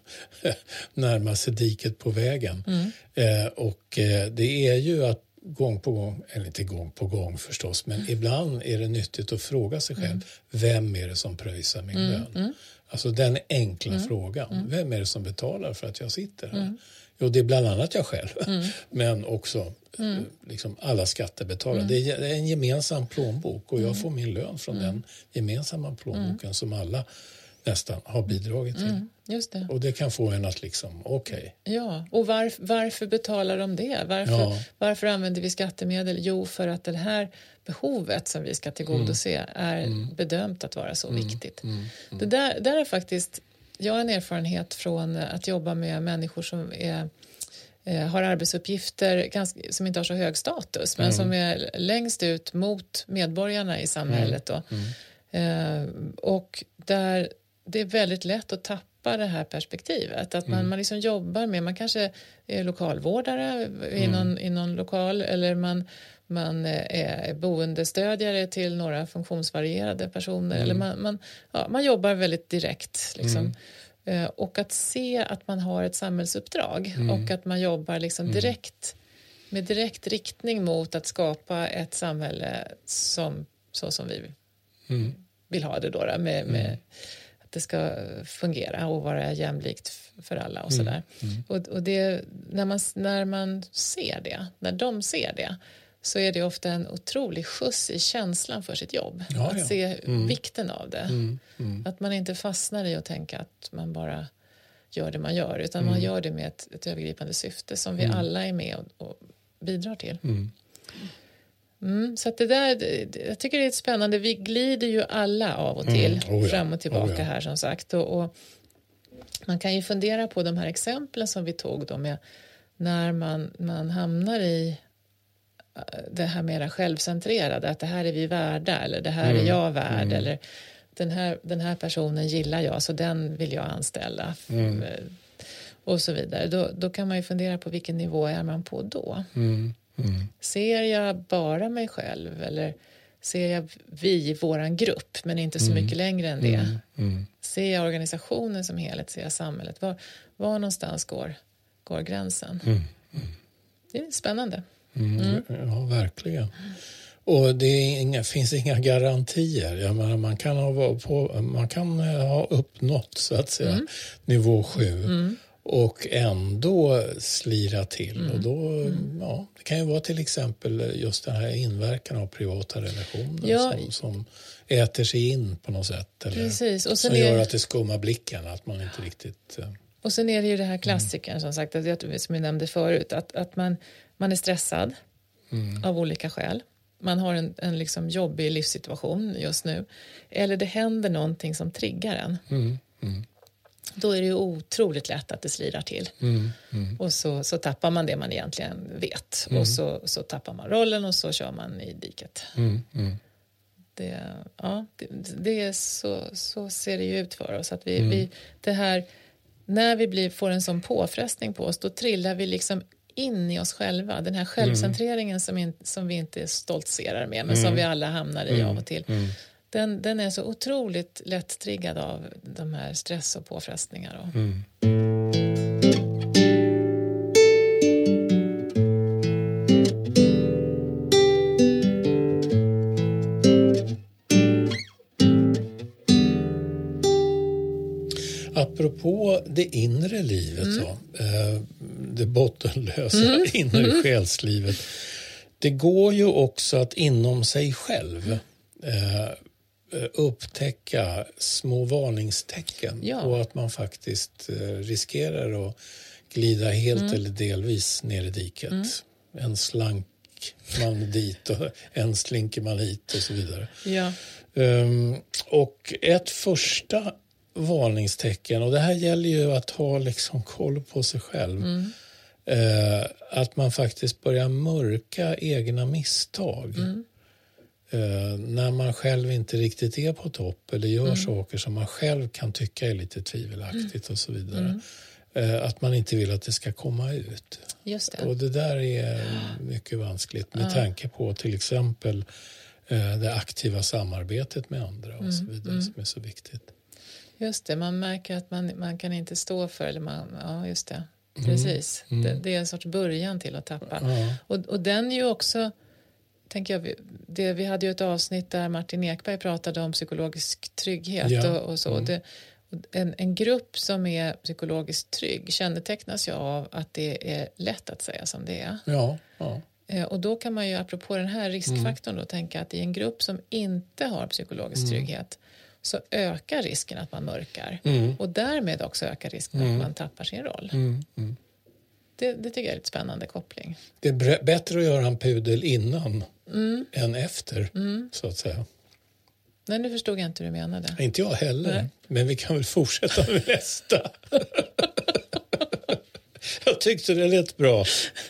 närma sig diket på vägen. Mm. Eh, och eh, det är ju att gång på gång, eller inte gång på gång förstås, men mm. ibland är det nyttigt att fråga sig själv, mm. vem är det som pröjsar min mm. lön? Mm. Alltså den enkla mm. frågan, mm. vem är det som betalar för att jag sitter här? Mm. Jo, det är bland annat jag själv, mm. men också mm. liksom alla skattebetalare. Mm. Det är en gemensam plånbok och jag får min lön från mm. den gemensamma plånboken mm. som alla nästan har bidragit till. Mm. Just det. Och det kan få en att liksom, okej. Okay. Ja, och varf- varför betalar de det? Varför, ja. varför använder vi skattemedel? Jo, för att det här behovet som vi ska tillgodose mm. är mm. bedömt att vara så mm. viktigt. Mm. Mm. Det där, där är faktiskt, jag har en erfarenhet från att jobba med människor som är har arbetsuppgifter ganska, som inte har så hög status men mm. som är längst ut mot medborgarna i samhället. Mm. Då. Mm. Eh, och där det är väldigt lätt att tappa det här perspektivet. Att man, mm. man liksom jobbar med, man kanske är lokalvårdare i, mm. någon, i någon lokal eller man, man är boendestödjare till några funktionsvarierade personer. Mm. Eller man, man, ja, man jobbar väldigt direkt liksom. Mm. Och att se att man har ett samhällsuppdrag mm. och att man jobbar liksom direkt med direkt riktning mot att skapa ett samhälle som, så som vi mm. vill ha det då, då med, med mm. att det ska fungera och vara jämlikt för alla och sådär. Mm. Mm. Och, och det, när, man, när man ser det, när de ser det, så är det ofta en otrolig skjuts i känslan för sitt jobb. Ja, att ja. se mm. vikten av det. Mm. Mm. Att man inte fastnar i att tänka att man bara gör det man gör. Utan mm. man gör det med ett, ett övergripande syfte som vi mm. alla är med och, och bidrar till. Mm. Mm, så att det där, det, jag tycker det är spännande. Vi glider ju alla av och till. Mm. Oh ja. Fram och tillbaka oh ja. här som sagt. Och, och man kan ju fundera på de här exemplen som vi tog då med när man, man hamnar i det här mera självcentrerade, att det här är vi värda eller det här mm. är jag värd mm. eller den här, den här personen gillar jag så den vill jag anställa mm. och så vidare. Då, då kan man ju fundera på vilken nivå är man på då. Mm. Mm. Ser jag bara mig själv eller ser jag vi i våran grupp men inte så mm. mycket längre än det? Mm. Mm. Ser jag organisationen som helhet, ser jag samhället? Var, var någonstans går, går gränsen? Mm. Mm. Det är spännande. Mm. Mm. Ja, verkligen. Och det är inga, finns inga garantier. Jag menar, man, kan ha på, man kan ha uppnått så att säga mm. nivå sju mm. och ändå slira till. Mm. Och då, mm. ja, det kan ju vara till exempel just den här inverkan av privata relationer ja. som, som äter sig in på något sätt. Eller Precis. Och sen som gör är... att det skummar blicken, att man inte riktigt... Och sen är det ju det här klassikern mm. som sagt, att jag, som jag nämnde förut, att, att man, man är stressad mm. av olika skäl. Man har en, en liksom jobbig livssituation just nu. Eller det händer någonting som triggar en. Mm. Mm. Då är det ju otroligt lätt att det slirar till. Mm. Mm. Och så, så tappar man det man egentligen vet. Mm. Och så, så tappar man rollen och så kör man i diket. Mm. Mm. Det, ja, det, det är så, så ser det ju ut för oss. Att vi, mm. vi, det här, när vi blir, får en sån påfrestning på oss, då trillar vi liksom in i oss själva. Den här självcentreringen mm. som, in, som vi inte stoltserar med, men mm. som vi alla hamnar i mm. av och till. Mm. Den, den är så otroligt lätt triggad av de här stress och påfrestningar. Och. Mm. Apropå det inre livet mm. då, det bottenlösa mm. inre mm. själslivet. Det går ju också att inom sig själv eh, upptäcka små varningstecken ja. och att man faktiskt eh, riskerar att glida helt mm. eller delvis ner i diket. Mm. En slank man dit och en slinker man hit och så vidare. Ja. Um, och ett första varningstecken, och det här gäller ju att ha liksom koll på sig själv. Mm. Eh, att man faktiskt börjar mörka egna misstag. Mm. Eh, när man själv inte riktigt är på topp eller gör mm. saker som man själv kan tycka är lite tvivelaktigt mm. och så vidare. Mm. Eh, att man inte vill att det ska komma ut. Just det. Och det där är mycket vanskligt med ja. tanke på till exempel eh, det aktiva samarbetet med andra och mm. så vidare mm. som är så viktigt. Just det, man märker att man, man kan inte stå för, eller man, ja just det, precis. Mm. Mm. Det, det är en sorts början till att tappa. Ja. Och, och den är ju också, tänker jag, det, vi hade ju ett avsnitt där Martin Ekberg pratade om psykologisk trygghet ja. och, och så. Mm. Det, en, en grupp som är psykologiskt trygg kännetecknas ju av att det är lätt att säga som det är. Ja, ja. Och då kan man ju, apropå den här riskfaktorn, då tänka att i en grupp som inte har psykologisk mm. trygghet så ökar risken att man mörkar. Mm. Och därmed också ökar risken mm. att man tappar sin roll. Mm. Mm. Det, det tycker jag är ett spännande koppling. Det är bre- bättre att göra en pudel innan mm. än efter, mm. så att säga. Nej, nu förstod jag inte hur du menade. Inte jag heller. Nej. Men vi kan väl fortsätta med nästa. Jag tyckte det lät bra.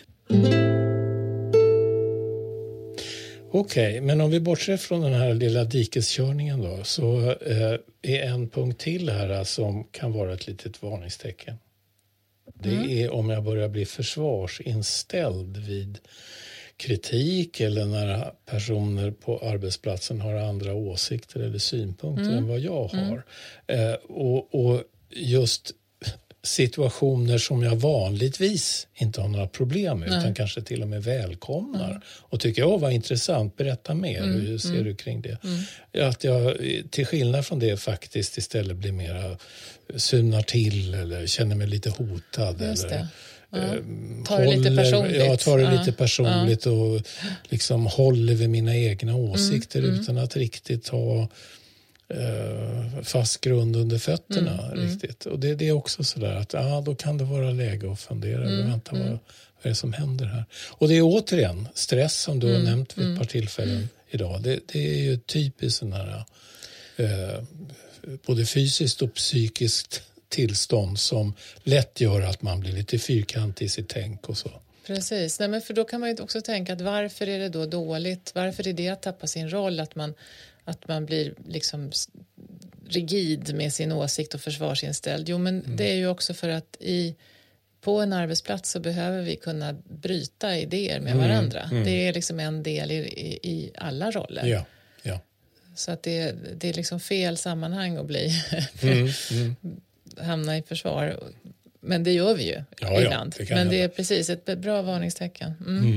Okej, okay, men om vi bortser från den här lilla dikeskörningen då, så eh, är en punkt till här som kan vara ett litet varningstecken. Det mm. är om jag börjar bli försvarsinställd vid kritik eller när personer på arbetsplatsen har andra åsikter eller synpunkter mm. än vad jag har. Mm. Eh, och, och just situationer som jag vanligtvis inte har några problem med, Nej. utan kanske till och med välkomnar. Mm. Och tycker jag var intressant, berätta mer. Mm. Hur ser mm. du kring det? Mm. Att jag till skillnad från det faktiskt istället blir mera synar till eller känner mig lite hotad. Just eller, det. Ja. Eh, tar det lite personligt. Jag tar det ja. lite personligt ja. och liksom håller vid mina egna åsikter mm. utan att riktigt ha Uh, fast grund under fötterna mm, riktigt. Mm. Och det, det är också sådär att ah, då kan det vara läge att fundera mm, vänta, mm. vad, vad är det som händer här? Och det är återigen stress som du mm, har nämnt vid mm, ett par tillfällen mm. idag. Det, det är ju typiskt sån här uh, både fysiskt och psykiskt tillstånd som lätt gör att man blir lite fyrkantig i sitt tänk och så. Precis, Nej, men för då kan man ju också tänka att varför är det då dåligt? Varför är det att tappa sin roll? Att man Att man blir liksom rigid med sin åsikt och försvarsinställd. Jo, men mm. det är ju också för att i, på en arbetsplats så behöver vi kunna bryta idéer med mm. varandra. Mm. Det är liksom en del i, i, i alla roller. Ja. Ja. Så att det, det är liksom fel sammanhang att bli mm. Mm. hamna i försvar. Men det gör vi ju ja, ibland. Ja, det Men det är precis ett bra varningstecken. Mm. Mm.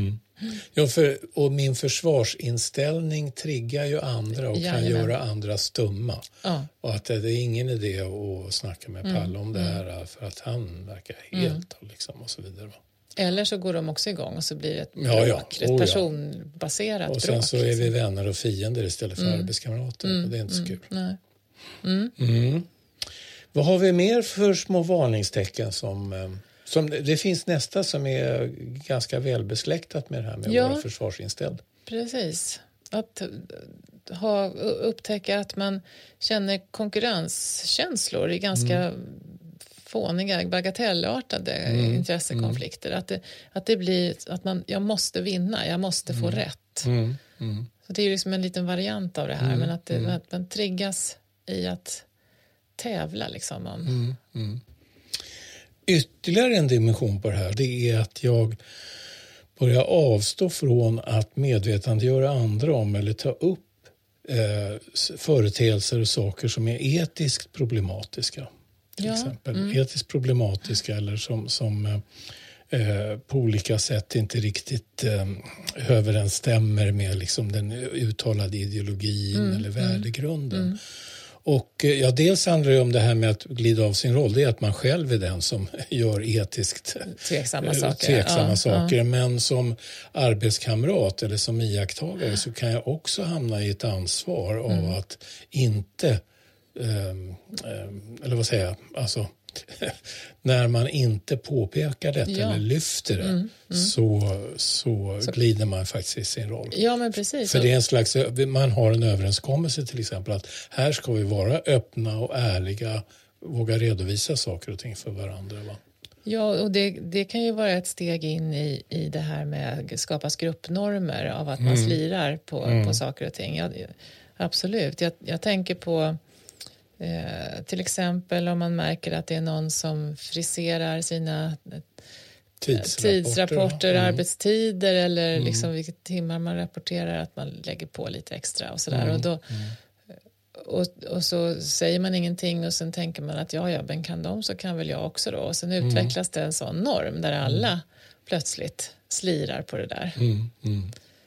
Ja, för, och min försvarsinställning triggar ju andra och Jajamän. kan göra andra stumma. Ja. Och att det är ingen idé att snacka med Palle mm. om det här för att han verkar helt mm. liksom, och så vidare. Eller så går de också igång och så blir det ett bråk, ja, ja. ett personbaserat bråk. Och sen bråk, så är liksom. vi vänner och fiender istället för mm. arbetskamrater. Mm. Och det är inte så kul. Nej. Mm. Mm. Vad har vi mer för små varningstecken som... som det finns nästa som är ganska välbesläktat med det här med att ja, vara försvarsinställd. Precis. Att ha, upptäcka att man känner konkurrenskänslor i ganska mm. fåniga, bagatellartade mm. intressekonflikter. Mm. Att, det, att det blir att man, jag måste vinna, jag måste få mm. rätt. Mm. Mm. Så det är ju liksom en liten variant av det här. Mm. Men att, det, mm. att man triggas i att tävla liksom om... Mm. Mm. Ytterligare en dimension på det här, det är att jag börjar avstå från att medvetandegöra andra om eller ta upp eh, företeelser och saker som är etiskt problematiska. Till ja. exempel mm. etiskt problematiska eller som, som eh, på olika sätt inte riktigt eh, överensstämmer med liksom den uttalade ideologin mm. eller värdegrunden. Mm. Och ja, dels handlar det om det här med att glida av sin roll. Det är att man själv är den som gör etiskt tveksamma saker. Tveksamma ja, saker. Ja. Men som arbetskamrat eller som iakttagare så kan jag också hamna i ett ansvar av mm. att inte, um, um, eller vad säger jag, alltså när man inte påpekar detta ja. eller lyfter det mm, mm. Så, så, så glider man faktiskt i sin roll. Ja, men precis. För det är en slags, man har en överenskommelse till exempel att här ska vi vara öppna och ärliga, våga redovisa saker och ting för varandra. Va? Ja, och det, det kan ju vara ett steg in i, i det här med att skapas gruppnormer av att man mm. slirar på, mm. på saker och ting. Ja, absolut. Jag, jag tänker på Eh, till exempel om man märker att det är någon som friserar sina eh, tidsrapporter, tidsrapporter mm. arbetstider eller mm. liksom vilka timmar man rapporterar, att man lägger på lite extra och sådär. Mm. Och, då, mm. och, och så säger man ingenting och sen tänker man att ja, ja, men kan de så kan väl jag också då. Och sen utvecklas mm. det en sån norm där alla mm. plötsligt slirar på det där. Mm. Mm.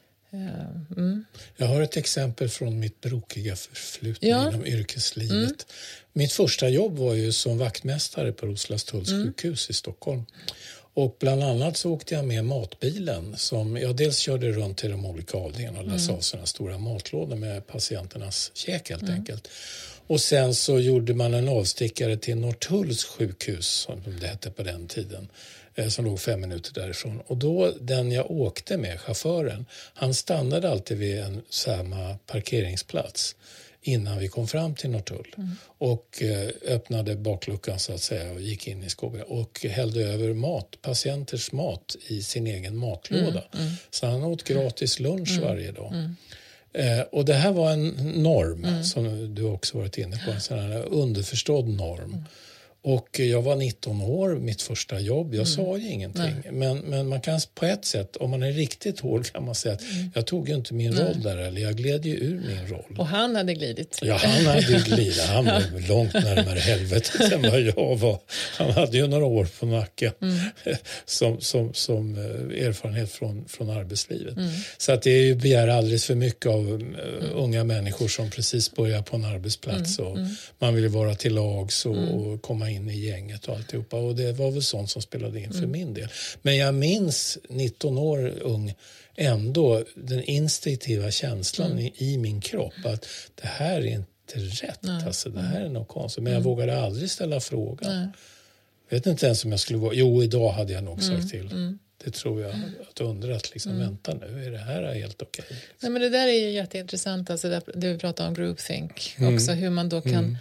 Mm. Jag har ett exempel från mitt brokiga förflutna ja. inom yrkeslivet. Mm. Mitt första jobb var ju som vaktmästare på Roslagstulls mm. sjukhus i Stockholm. Och bland annat så åkte jag med matbilen som jag dels körde runt till de olika avdelningarna och läste mm. av sina stora matlådor med patienternas käk helt mm. enkelt. Och sen så gjorde man en avstickare till Norrtulls sjukhus som det hette på den tiden, som låg fem minuter därifrån. Och då, den jag åkte med, chauffören, han stannade alltid vid en samma parkeringsplats innan vi kom fram till Norrtull. Mm. Och eh, öppnade bakluckan så att säga och gick in i skåpet och hällde över mat, patienters mat i sin egen matlåda. Mm. Mm. Så han åt gratis lunch mm. varje dag. Mm. Eh, och det här var en norm mm. som du också varit inne på, en sån här underförstådd norm. Mm. Och jag var nitton år, mitt första jobb. Jag mm. sa ju ingenting. Men, men man kan på ett sätt, om man är riktigt hård kan man säga att mm. jag tog ju inte min Nej. roll där. Eller jag gled ju ur min roll. Och han hade glidit. Ja, han hade ju glidit. Han var långt närmare helvetet än vad jag var. Han hade ju några år på nacken mm. som, som, som erfarenhet från, från arbetslivet. Mm. Så att det är ju begär alldeles för mycket av mm. unga människor som precis börjar på en arbetsplats. Mm. Och mm. man vill vara till lags och, mm. och komma in in i gänget och alltihopa. Och det var väl sånt som spelade in för mm. min del. Men jag minns nitton år ung ändå den instinktiva känslan mm. i, i min kropp att det här är inte rätt. Nej. Alltså, det här är något konstigt. Men jag mm. vågade aldrig ställa frågan. Nej. Jag vet inte ens om jag skulle vara... Jo, idag hade jag nog sagt till. Mm. Det tror jag att undrat. Liksom, mm. Vänta nu, är det här helt okej? Liksom. Nej, men det där är ju jätteintressant. Alltså det, det vi pratar om groupthink. Mm. Också hur man då kan... Mm.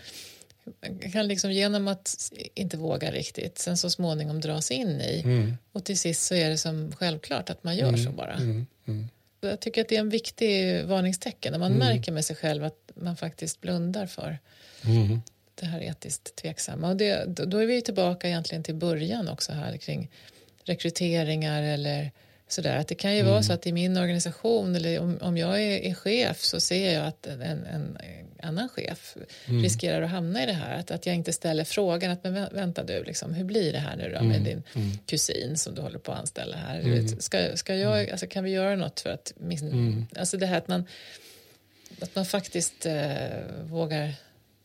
kan liksom genom att inte våga riktigt sen så småningom dras in i mm. och till sist så är det som självklart att man gör mm. så bara. Mm. Mm. Jag tycker att det är en viktig varningstecken när man mm. märker med sig själv att man faktiskt blundar för mm. det här etiskt tveksamma. Och det, då är vi tillbaka egentligen till början också här kring rekryteringar eller sådär, att det kan ju mm. vara så att i min organisation eller om, om jag är, är chef så ser jag att en, en, en annan chef mm. riskerar att hamna i det här. Att, att jag inte ställer frågan att men vänta du, liksom, hur blir det här nu då med mm. din mm. kusin som du håller på att anställa här? Mm. Du vet, ska, ska jag, alltså, kan vi göra något för att min, mm. alltså det här att man, att man faktiskt eh, vågar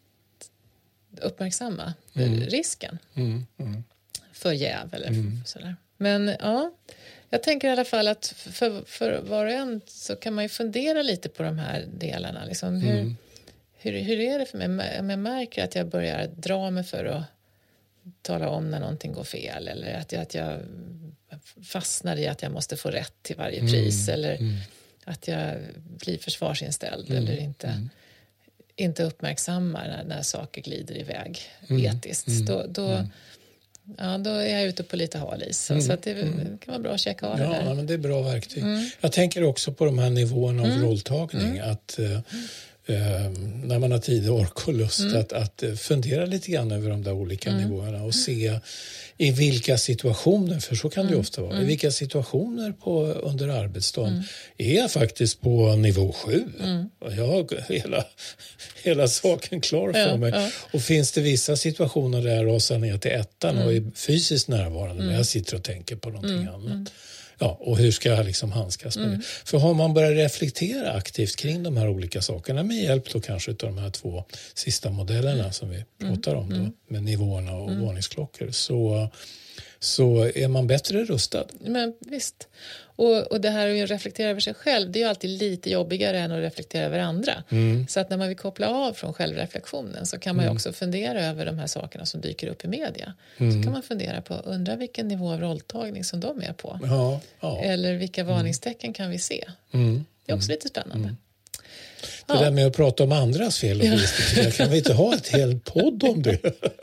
uppmärksamma mm. risken mm. Mm. för jäv eller mm. sådär. Men ja, jag tänker i alla fall att för, för var och en så kan man ju fundera lite på de här delarna. Liksom hur, mm. hur, hur är det för mig om jag märker att jag börjar dra mig för att tala om när någonting går fel eller att jag, att jag fastnar i att jag måste få rätt till varje pris mm. eller mm. att jag blir försvarsinställd mm. eller inte, mm. inte uppmärksammar när, när saker glider iväg mm. etiskt. Mm. Då, då mm. Ja, då är jag ute på lite halis. Mm. Så att det mm. kan vara bra att checka av ja, det där. Ja, men det är bra verktyg. Mm. Jag tänker också på de här nivåerna av mm. rolltagning. Mm. Att eh, eh, när man har tid, ork och lust mm. att, att fundera lite grann över de där olika mm. nivåerna och se i vilka situationer, för så kan det ju ofta vara, mm. i vilka situationer på, under arbetsdagen mm. är jag faktiskt på nivå sju. Mm. Och jag har hela, hela saken klar för ja, mig. Ja. Och finns det vissa situationer där jag rasar ner till ettan mm. och är fysiskt närvarande mm. när jag sitter och tänker på någonting mm. annat. Mm. Ja, och hur ska jag liksom handskas med mm. det? För har man börjat reflektera aktivt kring de här olika sakerna med hjälp då kanske av de här två sista modellerna mm. som vi pratar om då, med nivåerna och mm. varningsklockor så, så är man bättre rustad. Men visst. Och, och det här att reflektera över sig själv, det är ju alltid lite jobbigare än att reflektera över andra. Mm. Så att när man vill koppla av från självreflektionen så kan man ju också fundera över de här sakerna som dyker upp i media. Mm. Så kan man fundera på, undra vilken nivå av rolltagning som de är på. Ja, ja. Eller vilka varningstecken kan vi se. Mm. Det är också lite spännande. Mm. Det ja. där med att prata om andras fel och brister, ja. kan vi inte ha ett helt podd om det?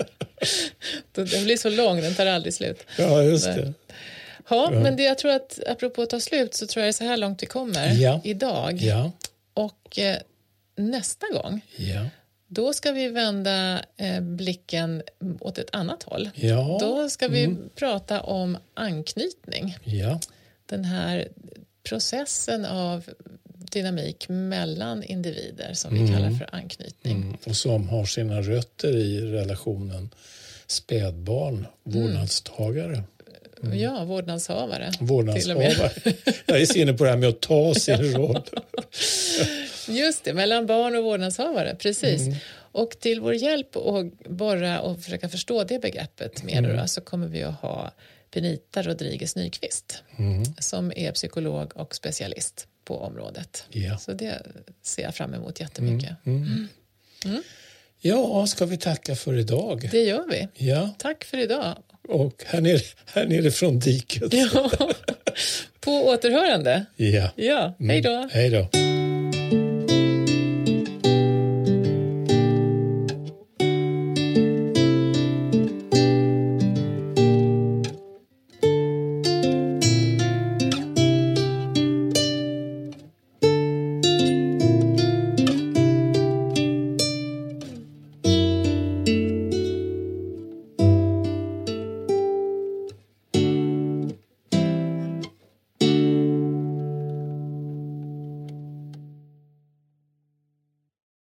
Den blir så lång, den tar aldrig slut. Ja, just det. Ja, ja, men det, jag tror att apropå att ta slut så tror jag det är så här långt vi kommer ja. idag. Ja. Och eh, nästa gång, ja. då ska vi vända eh, blicken åt ett annat håll. Ja. Då ska vi mm. prata om anknytning. Ja. Den här processen av dynamik mellan individer som vi mm. kallar för anknytning. Mm. Och som har sina rötter i relationen spädbarn, vårdnadstagare. Mm. Ja, vårdnadshavare. Vårdnadshavare. Jag är inne på det här med att ta sin roll. Just det, mellan barn och vårdnadshavare, precis. Mm. Och till vår hjälp att borra och försöka förstå det begreppet mer mm. då, så kommer vi att ha Benita Rodriguez Nyqvist mm. som är psykolog och specialist på området. Ja. Så det ser jag fram emot jättemycket. Mm. Mm. Mm. Ja, ska vi tacka för idag? Det gör vi. Ja. Tack för idag. Och här nere, här nere från diket. Ja. På återhörande. Ja. Ja, hej då. Mm. Hej då.